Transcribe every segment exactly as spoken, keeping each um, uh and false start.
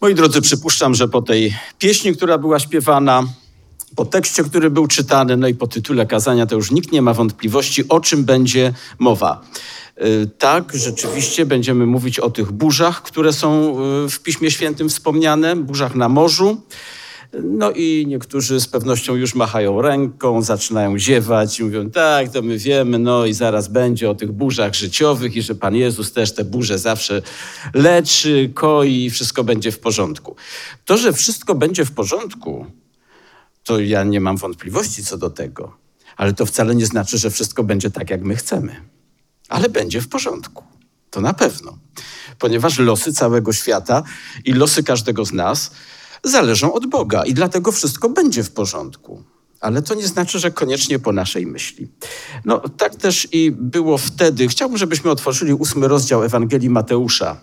Moi drodzy, przypuszczam, że po tej pieśni, która była śpiewana, po tekście, który był czytany, no i po tytule kazania, to już nikt nie ma wątpliwości, o czym będzie mowa. Tak, rzeczywiście będziemy mówić o tych burzach, które są w Piśmie Świętym wspomniane, burzach na morzu. No i niektórzy z pewnością już machają ręką, zaczynają ziewać i mówią, tak, to my wiemy, no i zaraz będzie o tych burzach życiowych i że Pan Jezus też te burze zawsze leczy, koi i wszystko będzie w porządku. To, że wszystko będzie w porządku, to ja nie mam wątpliwości co do tego, ale to wcale nie znaczy, że wszystko będzie tak, jak my chcemy. Ale będzie w porządku, to na pewno, ponieważ losy całego świata i losy każdego z nas zależą od Boga i dlatego wszystko będzie w porządku. Ale to nie znaczy, że koniecznie po naszej myśli. No tak też i było wtedy. Chciałbym, żebyśmy otworzyli ósmy rozdział Ewangelii Mateusza.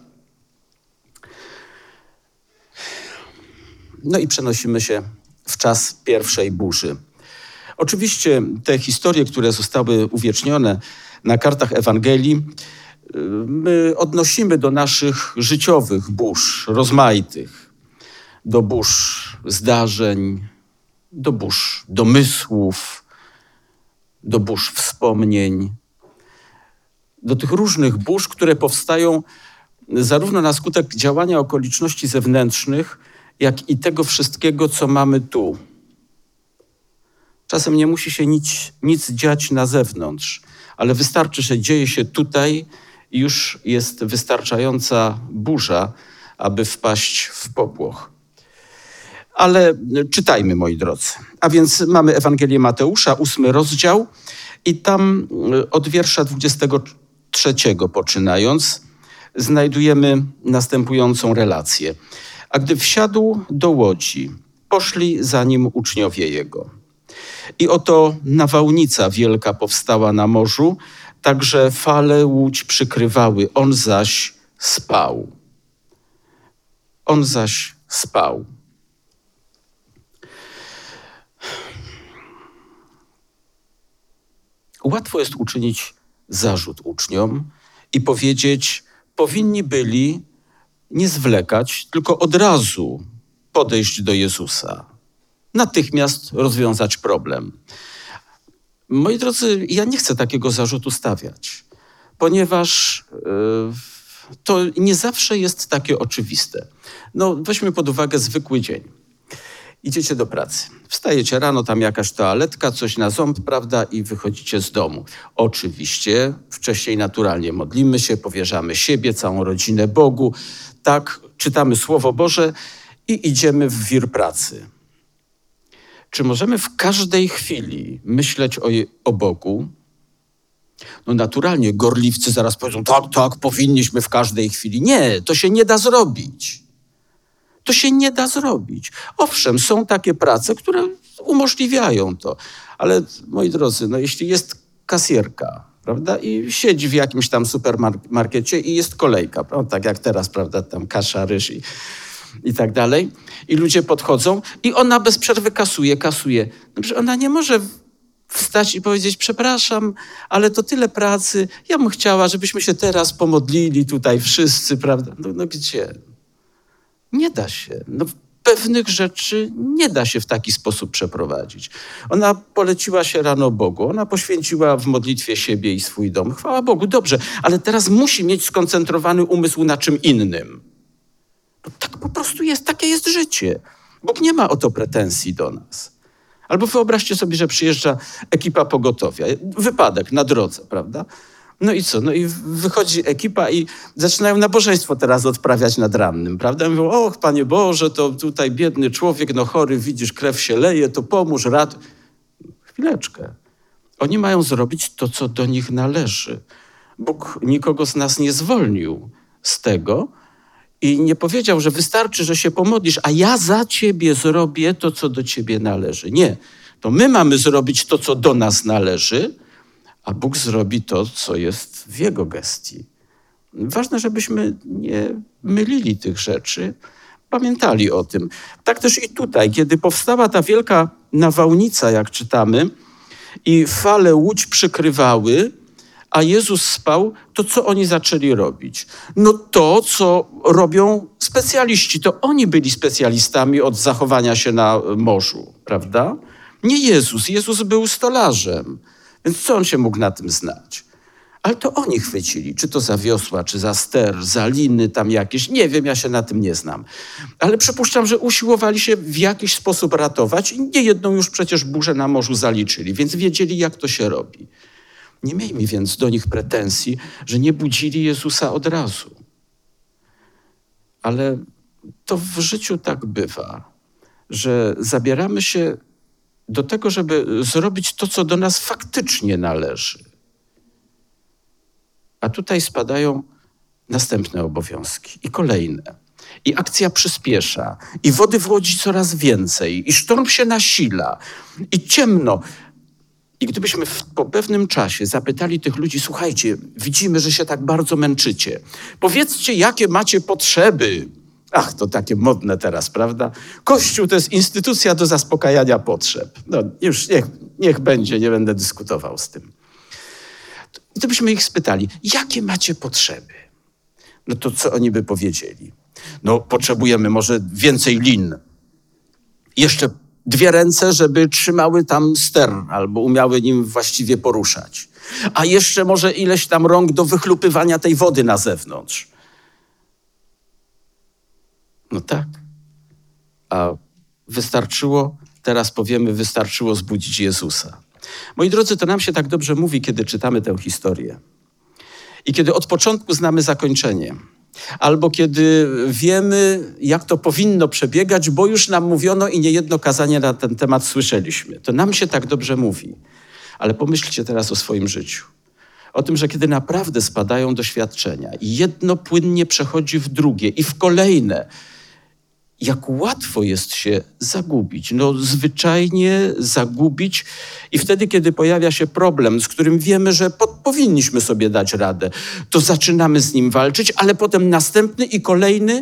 No i przenosimy się w czas pierwszej burzy. Oczywiście te historie, które zostały uwiecznione na kartach Ewangelii, my odnosimy do naszych życiowych burz, rozmaitych. Do burz zdarzeń, do burz domysłów, do burz wspomnień, do tych różnych burz, które powstają zarówno na skutek działania okoliczności zewnętrznych, jak i tego wszystkiego, co mamy tu. Czasem nie musi się nic, nic dziać na zewnątrz, ale wystarczy, że dzieje się tutaj i już jest wystarczająca burza, aby wpaść w popłoch. Ale czytajmy, moi drodzy. A więc mamy Ewangelię Mateusza, ósmy rozdział i tam od wiersza dwudziestego trzeciego poczynając znajdujemy następującą relację. A gdy wsiadł do łodzi, poszli za nim uczniowie jego. I oto nawałnica wielka powstała na morzu, tak że fale łódź przykrywały, on zaś spał. On zaś spał. Łatwo jest uczynić zarzut uczniom i powiedzieć, powinni byli nie zwlekać, tylko od razu podejść do Jezusa. Natychmiast rozwiązać problem. Moi drodzy, ja nie chcę takiego zarzutu stawiać, ponieważ yy, to nie zawsze jest takie oczywiste. No, weźmy pod uwagę zwykły dzień. Idziecie do pracy. Wstajecie rano, tam jakaś toaletka, coś na ząb, prawda, i wychodzicie z domu. Oczywiście wcześniej naturalnie modlimy się, powierzamy siebie, całą rodzinę Bogu. Tak, czytamy Słowo Boże i idziemy w wir pracy. Czy możemy w każdej chwili myśleć o, o Bogu? No naturalnie gorliwcy zaraz powiedzą, tak, tak, powinniśmy w każdej chwili. Nie, to się nie da zrobić. To się nie da zrobić. Owszem, są takie prace, które umożliwiają to. Ale moi drodzy, no jeśli jest kasjerka, prawda, i siedzi w jakimś tam supermarkecie i jest kolejka, prawda, tak jak teraz, prawda, tam kasza, ryż i, i tak dalej. I ludzie podchodzą i ona bez przerwy kasuje, kasuje. No, ona nie może wstać i powiedzieć, przepraszam, ale to tyle pracy. Ja bym chciała, żebyśmy się teraz pomodlili tutaj wszyscy, prawda. No, no gdzie? Nie da się. No, pewnych rzeczy nie da się w taki sposób przeprowadzić. Ona poleciła się rano Bogu, ona poświęciła w modlitwie siebie i swój dom. Chwała Bogu, dobrze, ale teraz musi mieć skoncentrowany umysł na czym innym. Bo tak po prostu jest, takie jest życie. Bóg nie ma o to pretensji do nas. Albo wyobraźcie sobie, że przyjeżdża ekipa pogotowia, wypadek na drodze, prawda? No i co? No i wychodzi ekipa i zaczynają nabożeństwo teraz odprawiać nad rannym, prawda? Mówią, och, Panie Boże, to tutaj biedny człowiek, no chory, widzisz, krew się leje, to pomóż, ratuj. Chwileczkę. Oni mają zrobić to, co do nich należy. Bóg nikogo z nas nie zwolnił z tego i nie powiedział, że wystarczy, że się pomodlisz, a ja za ciebie zrobię to, co do ciebie należy. Nie. To my mamy zrobić to, co do nas należy, a Bóg zrobi to, co jest w Jego gestii. Ważne, żebyśmy nie mylili tych rzeczy, pamiętali o tym. Tak też i tutaj, kiedy powstała ta wielka nawałnica, jak czytamy, i fale łódź przykrywały, a Jezus spał, to co oni zaczęli robić? No to, co robią specjaliści. To oni byli specjalistami od zachowania się na morzu, prawda? Nie Jezus. Jezus był stolarzem, więc co on się mógł na tym znać? Ale to oni chwycili, czy to za wiosła, czy za ster, za liny tam jakieś. Nie wiem, ja się na tym nie znam. Ale przypuszczam, że usiłowali się w jakiś sposób ratować i niejedną już przecież burzę na morzu zaliczyli, więc wiedzieli, jak to się robi. Nie miejmy więc do nich pretensji, że nie budzili Jezusa od razu. Ale to w życiu tak bywa, że zabieramy się do tego, żeby zrobić to, co do nas faktycznie należy. A tutaj spadają następne obowiązki i kolejne. I akcja przyspiesza, i wody w łodzi coraz więcej, i sztorm się nasila, i ciemno. I gdybyśmy w, po pewnym czasie zapytali tych ludzi, słuchajcie, widzimy, że się tak bardzo męczycie. Powiedzcie, jakie macie potrzeby. Ach, to takie modne teraz, prawda? Kościół to jest instytucja do zaspokajania potrzeb. No już niech, niech będzie, nie będę dyskutował z tym. I to byśmy ich spytali, jakie macie potrzeby? No to co oni by powiedzieli? No potrzebujemy może więcej lin. Jeszcze dwie ręce, żeby trzymały tam ster albo umiały nim właściwie poruszać. A jeszcze może ileś tam rąk do wychlupywania tej wody na zewnątrz. No tak. A wystarczyło, teraz powiemy, wystarczyło zbudzić Jezusa. Moi drodzy, to nam się tak dobrze mówi, kiedy czytamy tę historię. I kiedy od początku znamy zakończenie. Albo kiedy wiemy, jak to powinno przebiegać, bo już nam mówiono i niejedno kazanie na ten temat słyszeliśmy. To nam się tak dobrze mówi. Ale pomyślcie teraz o swoim życiu. O tym, że kiedy naprawdę spadają doświadczenia i jedno płynnie przechodzi w drugie i w kolejne, jak łatwo jest się zagubić. No zwyczajnie zagubić i wtedy, kiedy pojawia się problem, z którym wiemy, że po, powinniśmy sobie dać radę, to zaczynamy z nim walczyć, ale potem następny i kolejny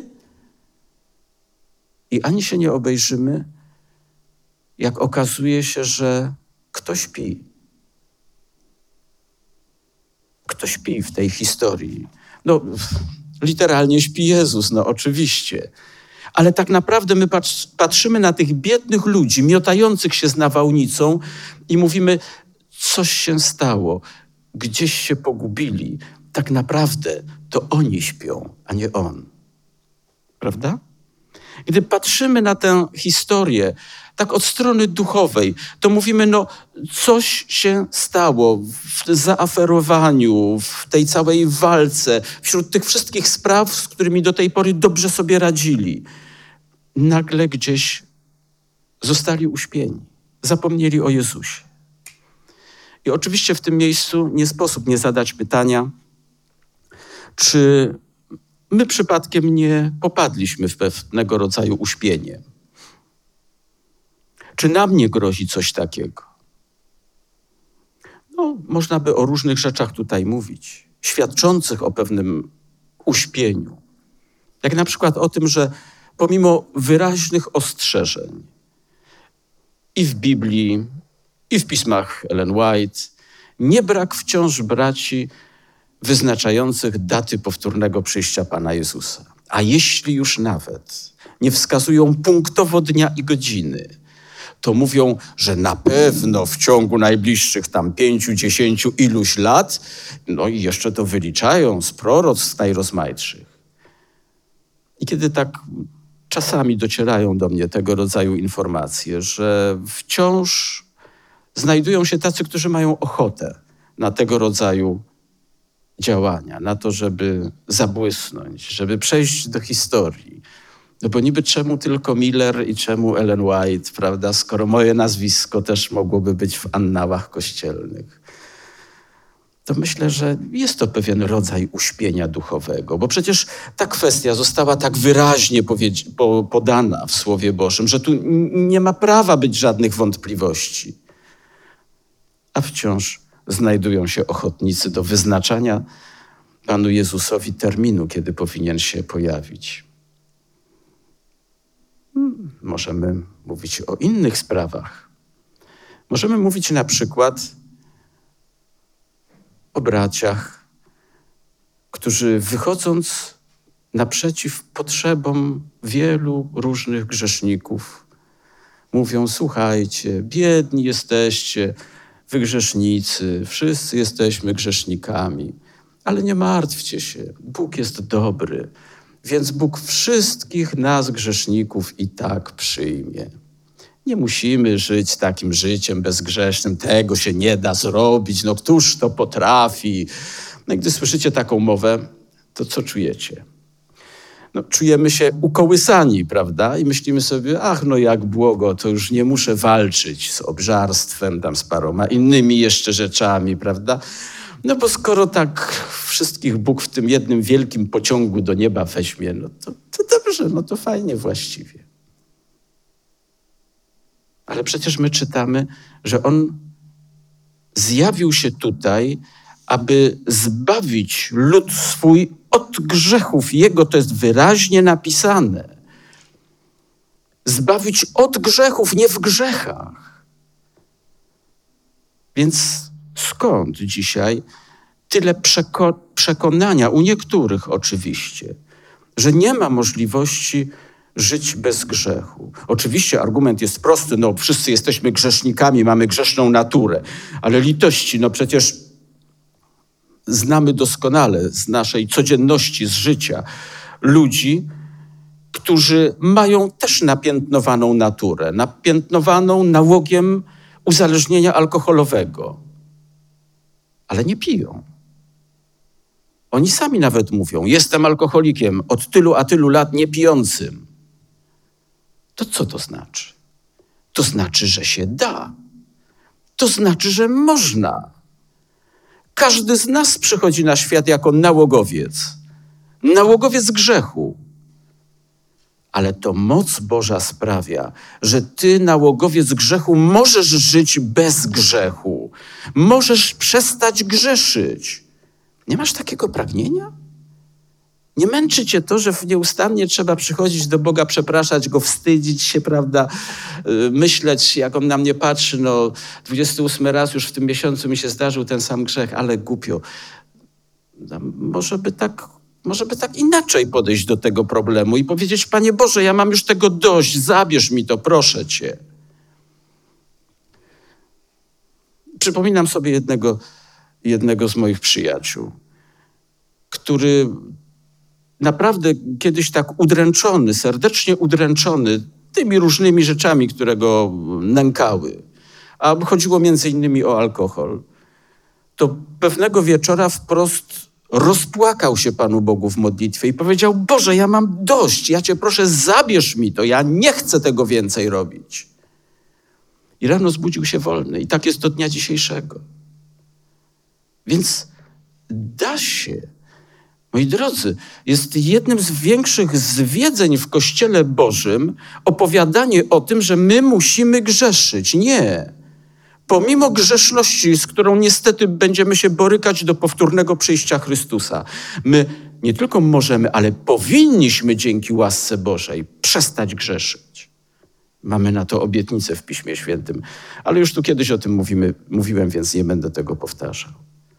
i ani się nie obejrzymy, jak okazuje się, że ktoś śpi. Kto śpi w tej historii? No literalnie śpi Jezus, no oczywiście. Ale tak naprawdę my patrz, patrzymy na tych biednych ludzi miotających się z nawałnicą i mówimy, coś się stało, gdzieś się pogubili. Tak naprawdę to oni śpią, a nie on. Prawda? Gdy patrzymy na tę historię tak od strony duchowej, to mówimy, no coś się stało w zaaferowaniu, w tej całej walce, wśród tych wszystkich spraw, z którymi do tej pory dobrze sobie radzili. Nagle gdzieś zostali uśpieni, zapomnieli o Jezusie. I oczywiście w tym miejscu nie sposób nie zadać pytania, czy my przypadkiem nie popadliśmy w pewnego rodzaju uśpienie. Czy nam nie grozi coś takiego? No, można by o różnych rzeczach tutaj mówić, świadczących o pewnym uśpieniu. Jak na przykład o tym, że pomimo wyraźnych ostrzeżeń i w Biblii, i w pismach Ellen White, nie brak wciąż braci wyznaczających daty powtórnego przyjścia Pana Jezusa. A jeśli już nawet nie wskazują punktowo dnia i godziny, to mówią, że na pewno w ciągu najbliższych tam pięciu, dziesięciu iluś lat, no i jeszcze to wyliczają z proroctw najrozmaitszych. I kiedy tak czasami docierają do mnie tego rodzaju informacje, że wciąż znajdują się tacy, którzy mają ochotę na tego rodzaju działania, na to, żeby zabłysnąć, żeby przejść do historii. No bo niby czemu tylko Miller i czemu Ellen White, prawda, skoro moje nazwisko też mogłoby być w annałach kościelnych. To myślę, że jest to pewien rodzaj uśpienia duchowego, bo przecież ta kwestia została tak wyraźnie powiedzi- po- podana w Słowie Bożym, że tu n- nie ma prawa być żadnych wątpliwości. A wciąż znajdują się ochotnicy do wyznaczania Panu Jezusowi terminu, kiedy powinien się pojawić. Możemy mówić o innych sprawach. Możemy mówić na przykład o braciach, którzy wychodząc naprzeciw potrzebom wielu różnych grzeszników, mówią: słuchajcie, biedni jesteście, wy grzesznicy, wszyscy jesteśmy grzesznikami, ale nie martwcie się, Bóg jest dobry, więc Bóg wszystkich nas grzeszników i tak przyjmie. Nie musimy żyć takim życiem bezgrzesznym, tego się nie da zrobić, no któż to potrafi? No i gdy słyszycie taką mowę, to co czujecie? No, czujemy się ukołysani, prawda? I myślimy sobie: ach, no jak błogo, to już nie muszę walczyć z obżarstwem, tam z paroma innymi jeszcze rzeczami, prawda? No bo skoro tak wszystkich Bóg w tym jednym wielkim pociągu do nieba weźmie, no to, to dobrze, no to fajnie właściwie. Ale przecież my czytamy, że On zjawił się tutaj, aby zbawić lud swój od grzechów. Jego to jest wyraźnie napisane. Zbawić od grzechów, nie w grzechach. Więc skąd dzisiaj tyle przeko- przekonania, u niektórych oczywiście, że nie ma możliwości żyć bez grzechu? Oczywiście argument jest prosty, no wszyscy jesteśmy grzesznikami, mamy grzeszną naturę, ale litości, no przecież znamy doskonale z naszej codzienności, z życia ludzi, którzy mają też napiętnowaną naturę, napiętnowaną nałogiem uzależnienia alkoholowego, ale nie piją. Oni sami nawet mówią: jestem alkoholikiem, od tylu a tylu lat nie pijącym. To co to znaczy? To znaczy, że się da. To znaczy, że można. Każdy z nas przychodzi na świat jako nałogowiec. Nałogowiec grzechu. Ale to moc Boża sprawia, że ty, nałogowiec grzechu, możesz żyć bez grzechu. Możesz przestać grzeszyć. Nie masz takiego pragnienia? Nie męczy cię to, że nieustannie trzeba przychodzić do Boga, przepraszać Go, wstydzić się, prawda? Myśleć, jak On na mnie patrzy, no dwudziesty ósmy raz już w tym miesiącu mi się zdarzył ten sam grzech, ale głupio. Może by tak, może by tak inaczej podejść do tego problemu i powiedzieć: Panie Boże, ja mam już tego dość, zabierz mi to, proszę Cię. Przypominam sobie jednego, jednego z moich przyjaciół, który naprawdę kiedyś tak udręczony, serdecznie udręczony tymi różnymi rzeczami, które go nękały, a chodziło między innymi o alkohol, to pewnego wieczora wprost rozpłakał się Panu Bogu w modlitwie i powiedział: Boże, ja mam dość, ja Cię proszę, zabierz mi to, ja nie chcę tego więcej robić. I rano zbudził się wolny i tak jest do dnia dzisiejszego. Więc da się. Moi drodzy, jest jednym z większych zwiedzeń w Kościele Bożym opowiadanie o tym, że my musimy grzeszyć. Nie. Pomimo grzeszności, z którą niestety będziemy się borykać do powtórnego przyjścia Chrystusa, my nie tylko możemy, ale powinniśmy dzięki łasce Bożej przestać grzeszyć. Mamy na to obietnicę w Piśmie Świętym, ale już tu kiedyś o tym mówimy, mówiłem, więc nie będę tego powtarzał.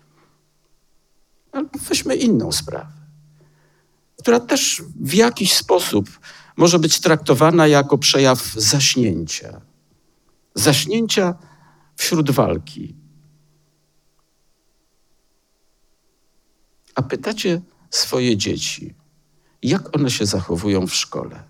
Ale weźmy inną sprawę, która też w jakiś sposób może być traktowana jako przejaw zaśnięcia. Zaśnięcia wśród walki. A pytacie swoje dzieci, jak one się zachowują w szkole?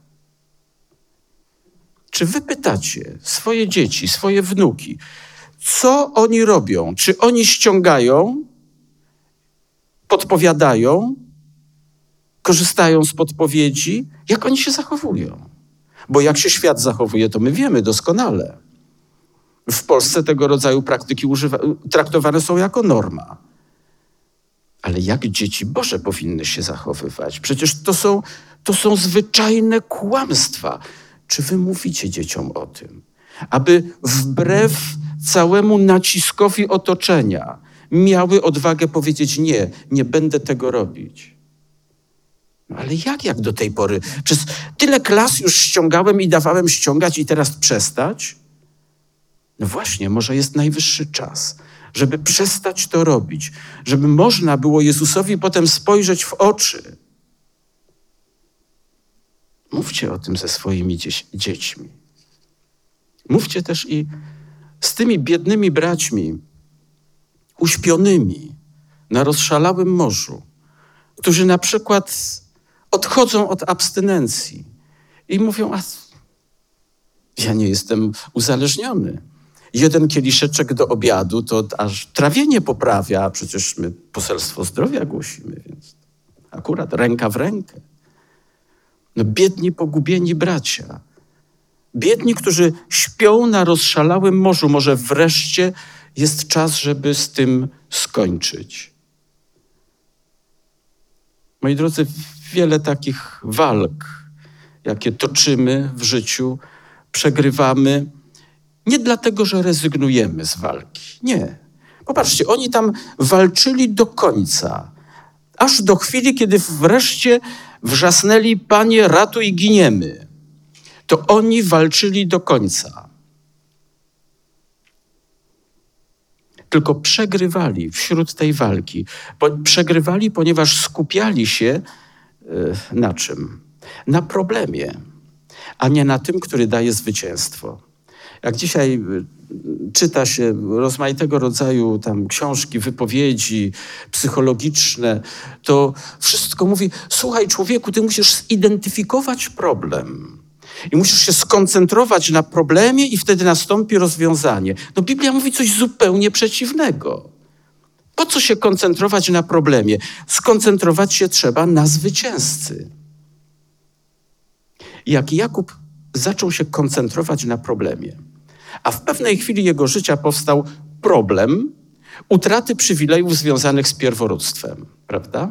Czy wy pytacie swoje dzieci, swoje wnuki, co oni robią? Czy oni ściągają, podpowiadają, korzystają z podpowiedzi? Jak oni się zachowują? Bo jak się świat zachowuje, to my wiemy doskonale. W Polsce tego rodzaju praktyki używa, traktowane są jako norma. Ale jak dzieci Boże powinny się zachowywać? Przecież to są, to są zwyczajne kłamstwa. Czy wy mówicie dzieciom o tym? Aby wbrew całemu naciskowi otoczenia miały odwagę powiedzieć: nie, nie będę tego robić. No ale jak, jak do tej pory? Przez tyle klas już ściągałem i dawałem ściągać i teraz przestać? No właśnie, może jest najwyższy czas, żeby przestać to robić, żeby można było Jezusowi potem spojrzeć w oczy. Mówcie o tym ze swoimi dzie- dziećmi. Mówcie też i z tymi biednymi braćmi, uśpionymi na rozszalałym morzu, którzy na przykład odchodzą od abstynencji i mówią, a ja nie jestem uzależniony. Jeden kieliszeczek do obiadu to aż trawienie poprawia, a przecież my poselstwo zdrowia głosimy, więc akurat ręka w rękę. No, biedni, pogubieni bracia. Biedni, którzy śpią na rozszalałym morzu. Może wreszcie jest czas, żeby z tym skończyć. Moi drodzy, wiele takich walk, jakie toczymy w życiu, przegrywamy nie dlatego, że rezygnujemy z walki. Nie. Popatrzcie, oni tam walczyli do końca. Aż do chwili, kiedy wreszcie wrzasnęli: Panie, ratuj, giniemy. To oni walczyli do końca. Tylko przegrywali wśród tej walki. Przegrywali, ponieważ skupiali się na czym? Na problemie, a nie na tym, który daje zwycięstwo. Jak dzisiaj czyta się rozmaitego rodzaju tam książki, wypowiedzi psychologiczne, to wszystko mówi: słuchaj, człowieku, ty musisz zidentyfikować problem i musisz się skoncentrować na problemie i wtedy nastąpi rozwiązanie. No Biblia mówi coś zupełnie przeciwnego. Po co się koncentrować na problemie? Skoncentrować się trzeba na zwycięzcy. Jak Jakub zaczął się koncentrować na problemie, a w pewnej chwili jego życia powstał problem utraty przywilejów związanych z pierworództwem, prawda?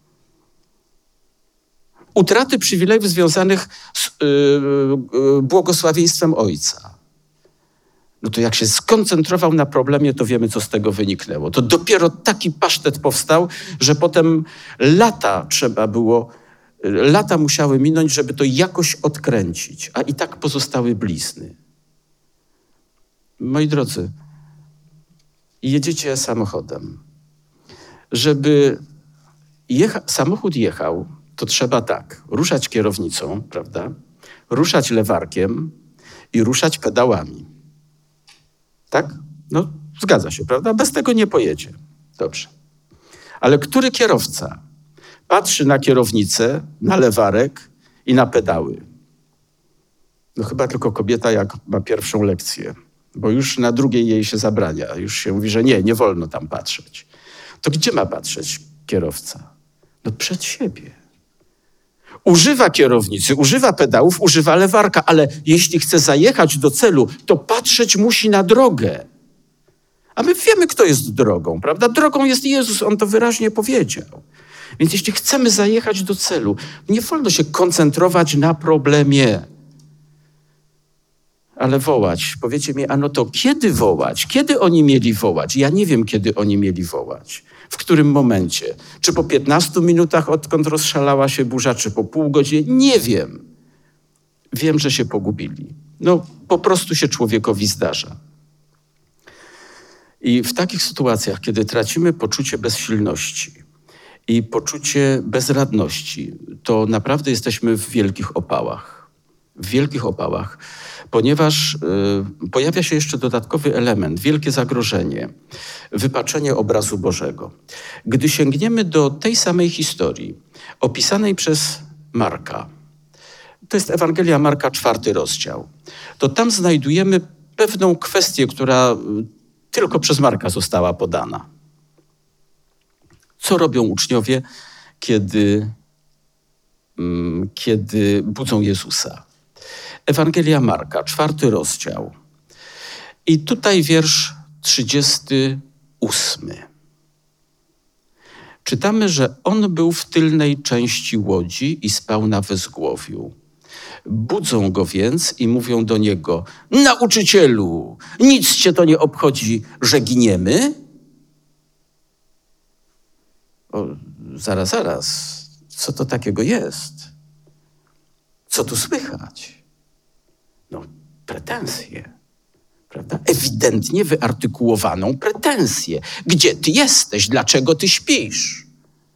Utraty przywilejów związanych z yy, yy, błogosławieństwem ojca. No to jak się skoncentrował na problemie, to wiemy, co z tego wyniknęło. To dopiero taki pasztet powstał, że potem lata trzeba było, lata musiały minąć, żeby to jakoś odkręcić, a i tak pozostały blizny. Moi drodzy, jedziecie samochodem. Żeby jecha- samochód jechał, to trzeba tak, ruszać kierownicą, prawda? Ruszać lewarkiem i ruszać pedałami. Tak? No, zgadza się, prawda? Bez tego nie pojedzie. Dobrze. Ale który kierowca patrzy na kierownicę, na lewarek i na pedały? No chyba tylko kobieta, jak ma pierwszą lekcję, bo już na drugiej jej się zabrania. Już się mówi, że nie, nie wolno tam patrzeć. To gdzie ma patrzeć kierowca? No przed siebie. Używa kierownicy, używa pedałów, używa lewarka, ale jeśli chce zajechać do celu, to patrzeć musi na drogę. A my wiemy, kto jest drogą, prawda? Drogą jest Jezus, On to wyraźnie powiedział. Więc jeśli chcemy zajechać do celu, nie wolno się koncentrować na problemie, ale wołać. Powiecie mi, a no to kiedy wołać? Kiedy oni mieli wołać? Ja nie wiem, kiedy oni mieli wołać. W którym momencie? Czy po piętnastu minutach, odkąd rozszalała się burza, czy po pół godziny? Nie wiem. Wiem, że się pogubili. No, po prostu się człowiekowi zdarza. I w takich sytuacjach, kiedy tracimy poczucie bezsilności i poczucie bezradności, to naprawdę jesteśmy w wielkich opałach. W wielkich opałach, ponieważ y, pojawia się jeszcze dodatkowy element, wielkie zagrożenie, wypaczenie obrazu Bożego. Gdy sięgniemy do tej samej historii, opisanej przez Marka, to jest Ewangelia Marka, czwarty rozdział, to tam znajdujemy pewną kwestię, która tylko przez Marka została podana. Co robią uczniowie, kiedy, mm, kiedy budzą Jezusa? Ewangelia Marka, czwarty rozdział. I tutaj wiersz trzydziesty ósmy. Czytamy, że on był w tylnej części łodzi i spał na wezgłowiu. Budzą go więc i mówią do niego: nauczycielu, nic cię to nie obchodzi, że giniemy? O, zaraz, zaraz, co to takiego jest? Co tu słychać? No, pretensje, prawda? Ewidentnie wyartykułowaną pretensję. Gdzie ty jesteś? Dlaczego ty śpisz?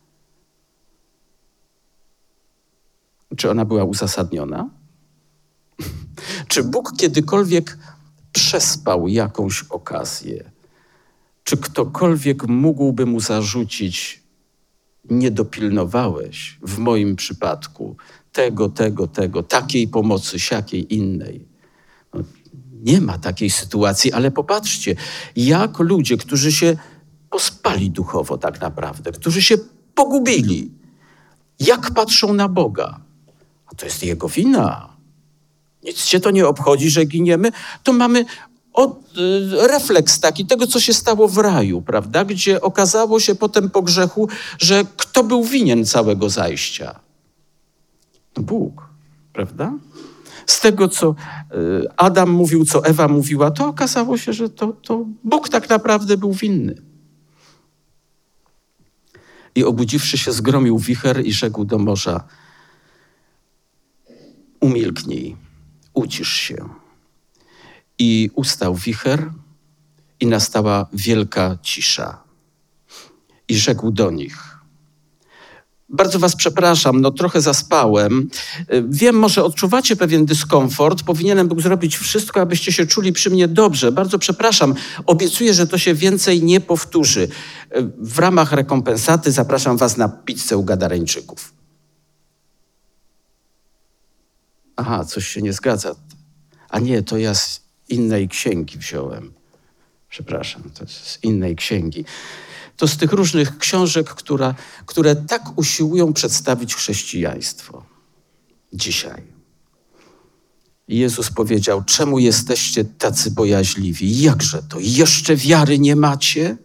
Czy ona była uzasadniona? Czy Bóg kiedykolwiek przespał jakąś okazję? Czy ktokolwiek mógłby mu zarzucić: nie dopilnowałeś w moim przypadku tego, tego, tego, takiej pomocy, siakiej innej? No, nie ma takiej sytuacji, ale popatrzcie, jak ludzie, którzy się pospali duchowo tak naprawdę, którzy się pogubili, jak patrzą na Boga. A to jest Jego wina. Nic cię to nie obchodzi, że giniemy. To mamy od, y, refleks taki tego, co się stało w raju, prawda? Gdzie okazało się potem po grzechu, że kto był winien całego zajścia? No Bóg, prawda? Z tego, co y, Adam mówił, co Ewa mówiła, to okazało się, że to, to Bóg tak naprawdę był winny. I obudziwszy się, zgromił wicher i rzekł do morza: umilknij, ucisz się. I ustał wicher i nastała wielka cisza. I rzekł do nich: bardzo was przepraszam, no trochę zaspałem. Wiem, może odczuwacie pewien dyskomfort. Powinienem był zrobić wszystko, abyście się czuli przy mnie dobrze. Bardzo przepraszam. Obiecuję, że to się więcej nie powtórzy. W ramach rekompensaty zapraszam was na pizzę u Gadareńczyków. Aha, coś się nie zgadza. A nie, to ja z innej księgi wziąłem. Przepraszam, to z innej księgi. To z tych różnych książek, która, które tak usiłują przedstawić chrześcijaństwo dzisiaj. Jezus powiedział: czemu jesteście tacy bojaźliwi? Jakże to? Jeszcze wiary nie macie?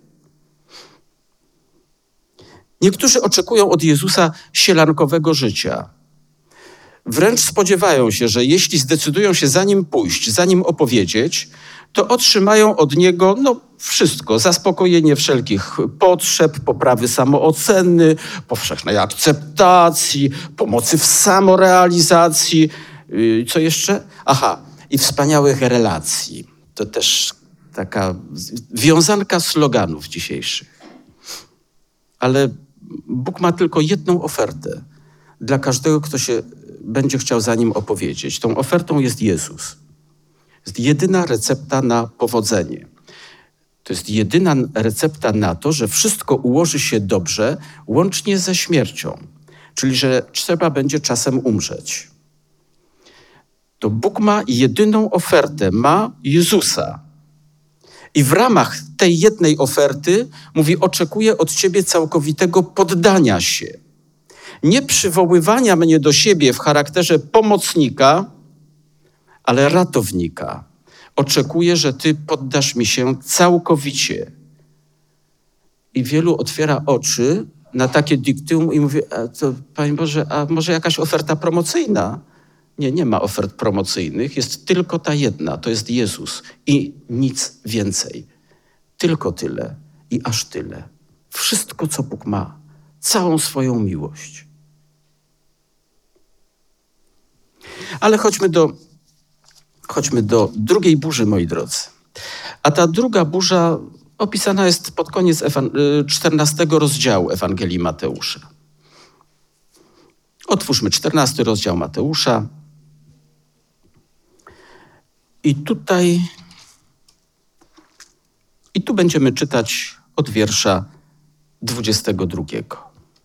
Niektórzy oczekują od Jezusa sielankowego życia. Wręcz spodziewają się, że jeśli zdecydują się za Nim pójść, za Nim opowiedzieć, to otrzymają od Niego no, wszystko. Zaspokojenie wszelkich potrzeb, poprawy samooceny, powszechnej akceptacji, pomocy w samorealizacji. Yy, co jeszcze? Aha, i wspaniałych relacji. To też taka wiązanka sloganów dzisiejszych. Ale Bóg ma tylko jedną ofertę dla każdego, kto się będzie chciał za Nim opowiedzieć. Tą ofertą jest Jezus. Jest jedyna recepta na powodzenie. To jest jedyna recepta na to, że wszystko ułoży się dobrze, łącznie ze śmiercią. Czyli, że trzeba będzie czasem umrzeć. To Bóg ma jedyną ofertę, ma Jezusa. I w ramach tej jednej oferty mówi: oczekuję od ciebie całkowitego poddania się. Nie przywoływania mnie do siebie w charakterze pomocnika, ale ratownika. Oczekuję, że ty poddasz mi się całkowicie. I wielu otwiera oczy na takie diktum i mówi: a to, Panie Boże, a może jakaś oferta promocyjna? Nie, nie ma ofert promocyjnych, jest tylko ta jedna, to jest Jezus i nic więcej. Tylko tyle i aż tyle. Wszystko, co Bóg ma, całą swoją miłość. Ale chodźmy do, chodźmy do drugiej burzy, moi drodzy. A ta druga burza opisana jest pod koniec czternastego rozdziału Ewangelii Mateusza. Otwórzmy czternasty rozdział Mateusza. I tutaj, i tu będziemy czytać od wiersza dwudziestego drugiego.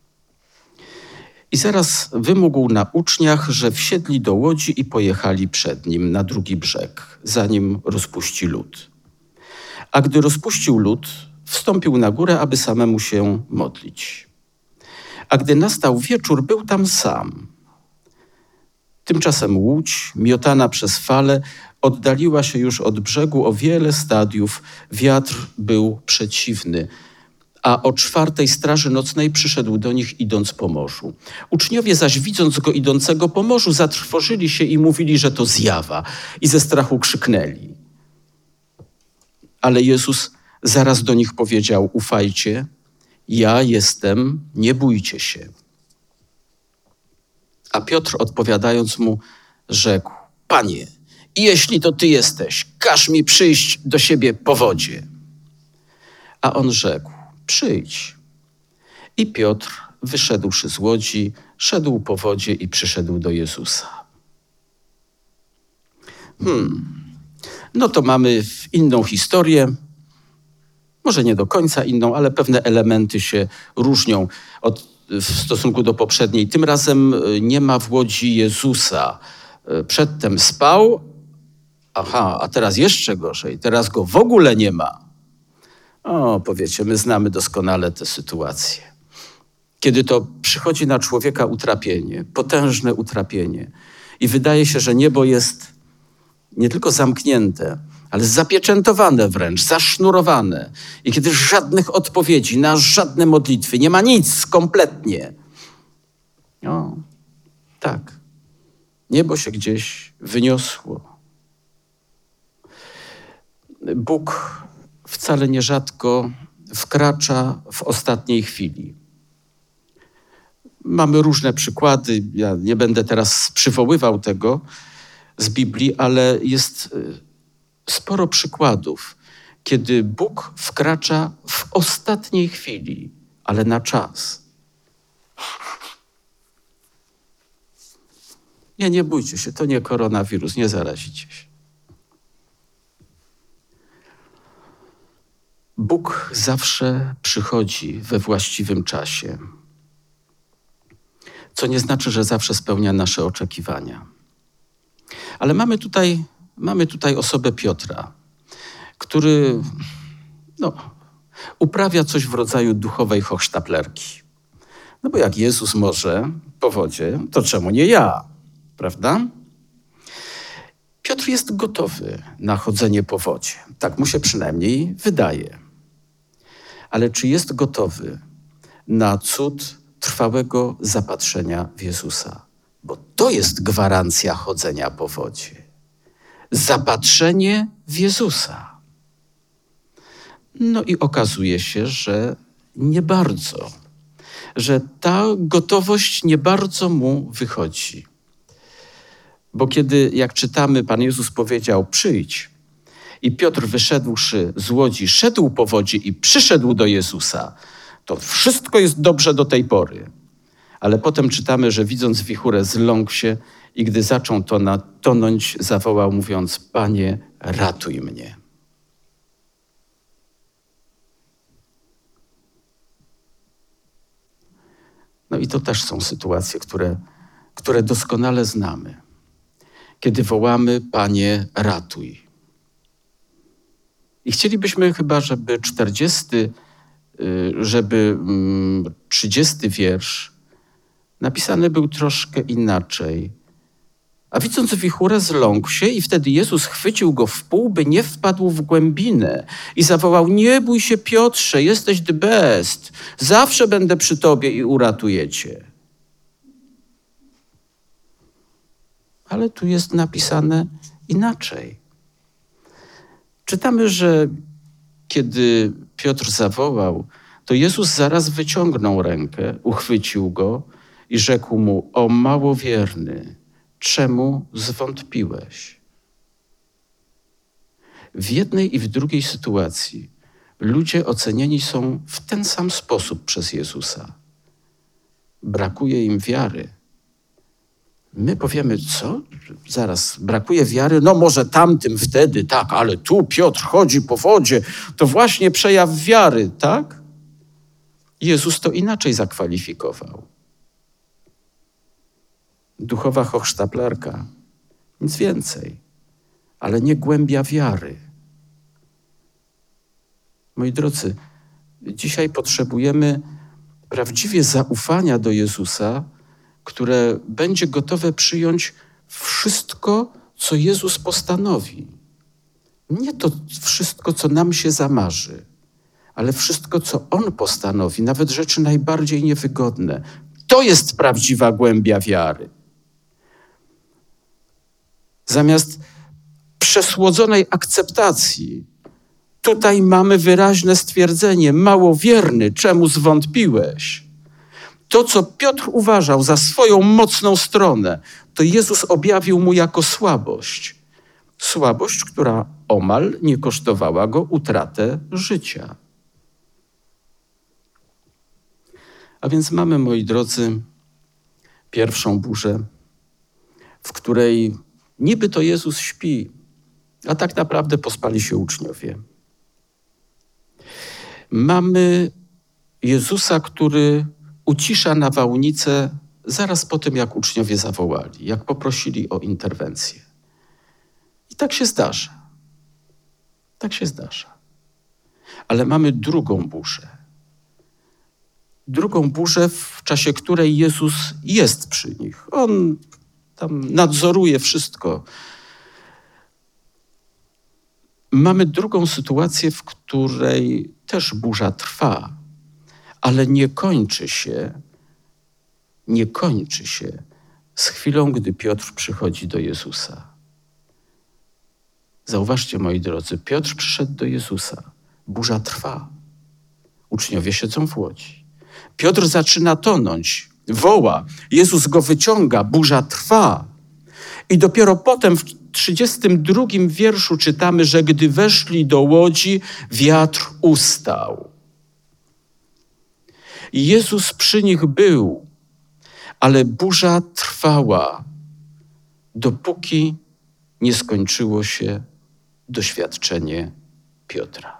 I zaraz wymógł na uczniach, że wsiedli do łodzi i pojechali przed nim na drugi brzeg, zanim rozpuści lód. A gdy rozpuścił lód, wstąpił na górę, aby samemu się modlić. A gdy nastał wieczór, był tam sam. Tymczasem łódź, miotana przez fale, oddaliła się już od brzegu o wiele stadiów. Wiatr był przeciwny, a o czwartej straży nocnej przyszedł do nich, idąc po morzu. Uczniowie zaś, widząc go idącego po morzu, zatrwożyli się i mówili, że to zjawa, i ze strachu krzyknęli. Ale Jezus zaraz do nich powiedział: ufajcie, ja jestem, nie bójcie się. A Piotr, odpowiadając mu, rzekł: Panie, jeśli to ty jesteś, każ mi przyjść do siebie po wodzie. A on rzekł, przyjdź. I Piotr, wyszedłszy z łodzi, szedł po wodzie i przyszedł do Jezusa. Hmm, no to mamy inną historię. Może nie do końca inną, ale pewne elementy się różnią od, w stosunku do poprzedniej. Tym razem nie ma w łodzi Jezusa. Przedtem spał, aha, a teraz jeszcze gorzej, teraz go w ogóle nie ma. O, powiecie, my znamy doskonale tę sytuację. Kiedy to przychodzi na człowieka utrapienie, potężne utrapienie i wydaje się, że niebo jest nie tylko zamknięte, ale zapieczętowane wręcz, zasznurowane. I kiedy żadnych odpowiedzi na żadne modlitwy, nie ma nic kompletnie. O, tak. Niebo się gdzieś wyniosło. Bóg wcale nierzadko wkracza w ostatniej chwili. Mamy różne przykłady. Ja nie będę teraz przywoływał tego z Biblii, ale jest sporo przykładów, kiedy Bóg wkracza w ostatniej chwili, ale na czas. Nie, nie bójcie się, to nie koronawirus, nie zarazicie się. Bóg zawsze przychodzi we właściwym czasie, co nie znaczy, że zawsze spełnia nasze oczekiwania. Ale mamy tutaj, mamy tutaj osobę Piotra, który no, uprawia coś w rodzaju duchowej hochsztaplerki. No bo jak Jezus może po wodzie, to czemu nie ja, prawda? Piotr jest gotowy na chodzenie po wodzie. Tak mu się przynajmniej wydaje. Ale czy jest gotowy na cud trwałego zapatrzenia w Jezusa? Bo to jest gwarancja chodzenia po wodzie. Zapatrzenie w Jezusa. No i okazuje się, że nie bardzo. Że ta gotowość nie bardzo mu wychodzi. Bo kiedy, jak czytamy, Pan Jezus powiedział, przyjdź, i Piotr wyszedłszy z łodzi, szedł po wodzie i przyszedł do Jezusa, to wszystko jest dobrze do tej pory. Ale potem czytamy, że widząc wichurę zląkł się i gdy zaczął tona, tonąć, zawołał mówiąc, Panie, ratuj mnie. No i to też są sytuacje, które, które doskonale znamy. Kiedy wołamy, Panie, ratuj. I chcielibyśmy chyba, żeby czterdziesty, żeby trzydziesty wiersz napisany był troszkę inaczej. A widząc wichurę, zląkł się i wtedy Jezus chwycił go w pół, by nie wpadł w głębinę i zawołał, nie bój się Piotrze, jesteś the best, zawsze będę przy tobie i uratuję cię. Ale tu jest napisane inaczej. Czytamy, że kiedy Piotr zawołał, to Jezus zaraz wyciągnął rękę, uchwycił go i rzekł mu, o małowierny, czemu zwątpiłeś? W jednej i w drugiej sytuacji ludzie ocenieni są w ten sam sposób przez Jezusa. Brakuje im wiary. My powiemy, co? Zaraz, brakuje wiary? No może tamtym wtedy, tak, ale tu Piotr chodzi po wodzie, to właśnie przejaw wiary, tak? Jezus to inaczej zakwalifikował. Duchowa hochsztaplerka, nic więcej, ale nie głębia wiary. Moi drodzy, dzisiaj potrzebujemy prawdziwie zaufania do Jezusa, które będzie gotowe przyjąć wszystko, co Jezus postanowi. Nie to wszystko, co nam się zamarzy, ale wszystko, co On postanowi, nawet rzeczy najbardziej niewygodne. To jest prawdziwa głębia wiary. Zamiast przesłodzonej akceptacji, tutaj mamy wyraźne stwierdzenie, małowierny, czemu zwątpiłeś? To, co Piotr uważał za swoją mocną stronę, to Jezus objawił mu jako słabość. Słabość, która omal nie kosztowała go utratę życia. A więc mamy, moi drodzy, pierwszą burzę, w której niby to Jezus śpi, a tak naprawdę pospali się uczniowie. Mamy Jezusa, który ucisza nawałnicę zaraz po tym, jak uczniowie zawołali, jak poprosili o interwencję. I tak się zdarza. Tak się zdarza. Ale mamy drugą burzę. Drugą burzę, w czasie której Jezus jest przy nich. On tam nadzoruje wszystko. Mamy drugą sytuację, w której też burza trwa, ale nie kończy się, nie kończy się z chwilą, gdy Piotr przychodzi do Jezusa. Zauważcie, moi drodzy, Piotr przyszedł do Jezusa. Burza trwa. Uczniowie siedzą w łodzi. Piotr zaczyna tonąć, woła. Jezus go wyciąga, burza trwa. I dopiero potem w trzydziestym drugim wierszu czytamy, że gdy weszli do łodzi, wiatr ustał. Jezus przy nich był, ale burza trwała, dopóki nie skończyło się doświadczenie Piotra.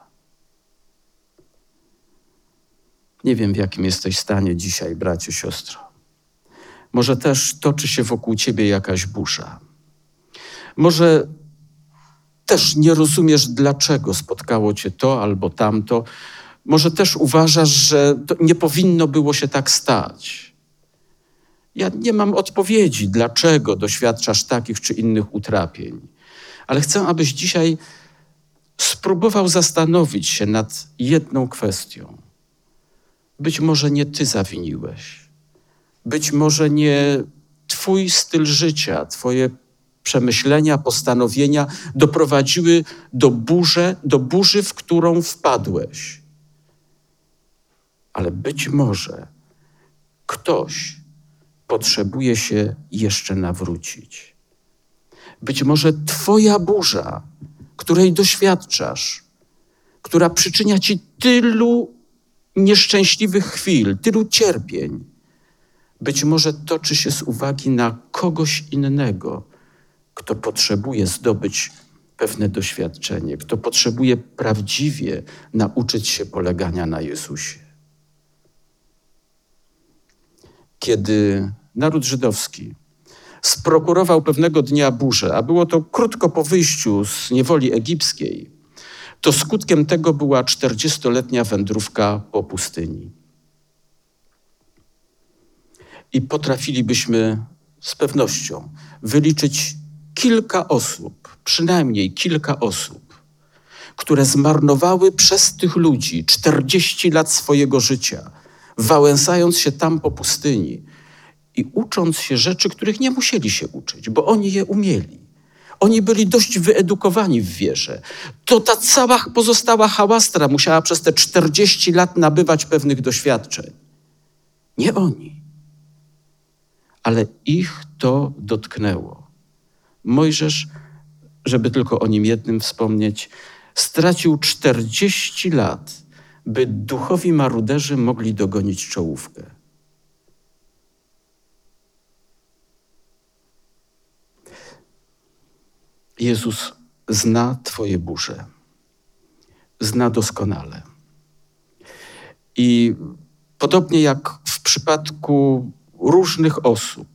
Nie wiem, w jakim jesteś stanie dzisiaj, bracie, siostro. Może też toczy się wokół ciebie jakaś burza. Może też nie rozumiesz, dlaczego spotkało cię to albo tamto. Może też uważasz, że to nie powinno było się tak stać. Ja nie mam odpowiedzi, dlaczego doświadczasz takich czy innych utrapień. Ale chcę, abyś dzisiaj spróbował zastanowić się nad jedną kwestią. Być może nie ty zawiniłeś. Być może nie twój styl życia, twoje przemyślenia, postanowienia doprowadziły do burzy, do burzy, w którą wpadłeś. Ale być może ktoś potrzebuje się jeszcze nawrócić. Być może twoja burza, której doświadczasz, która przyczynia ci tylu nieszczęśliwych chwil, tylu cierpień, być może toczy się z uwagi na kogoś innego, kto potrzebuje zdobyć pewne doświadczenie, kto potrzebuje prawdziwie nauczyć się polegania na Jezusie. Kiedy naród żydowski sprokurował pewnego dnia burzę, a było to krótko po wyjściu z niewoli egipskiej, to skutkiem tego była czterdziestoletnia wędrówka po pustyni. I potrafilibyśmy z pewnością wyliczyć kilka osób, przynajmniej kilka osób, które zmarnowały przez tych ludzi czterdzieści lat swojego życia, wałęsając się tam po pustyni i ucząc się rzeczy, których nie musieli się uczyć, bo oni je umieli. Oni byli dość wyedukowani w wierze. To ta cała pozostała hałastra musiała przez te czterdzieści lat nabywać pewnych doświadczeń. Nie oni. Ale ich to dotknęło. Mojżesz, żeby tylko o nim jednym wspomnieć, stracił czterdzieści lat, by duchowi maruderzy mogli dogonić czołówkę. Jezus zna twoje burze. Zna doskonale. I podobnie jak w przypadku różnych osób,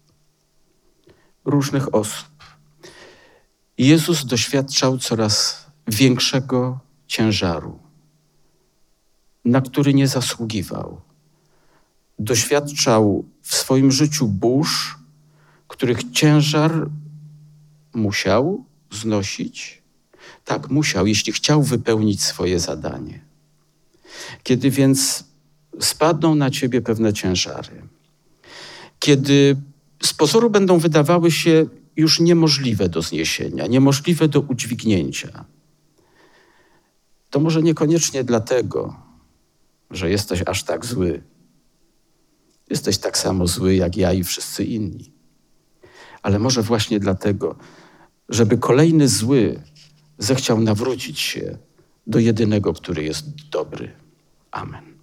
różnych osób, Jezus doświadczał coraz większego ciężaru, na który nie zasługiwał. Doświadczał w swoim życiu burz, których ciężar musiał znosić. Tak, musiał, jeśli chciał wypełnić swoje zadanie. Kiedy więc spadną na ciebie pewne ciężary, kiedy z pozoru będą wydawały się już niemożliwe do zniesienia, niemożliwe do udźwignięcia, to może niekoniecznie dlatego, że jesteś aż tak zły. Jesteś tak samo zły jak ja i wszyscy inni. Ale może właśnie dlatego, żeby kolejny zły zechciał nawrócić się do jedynego, który jest dobry. Amen.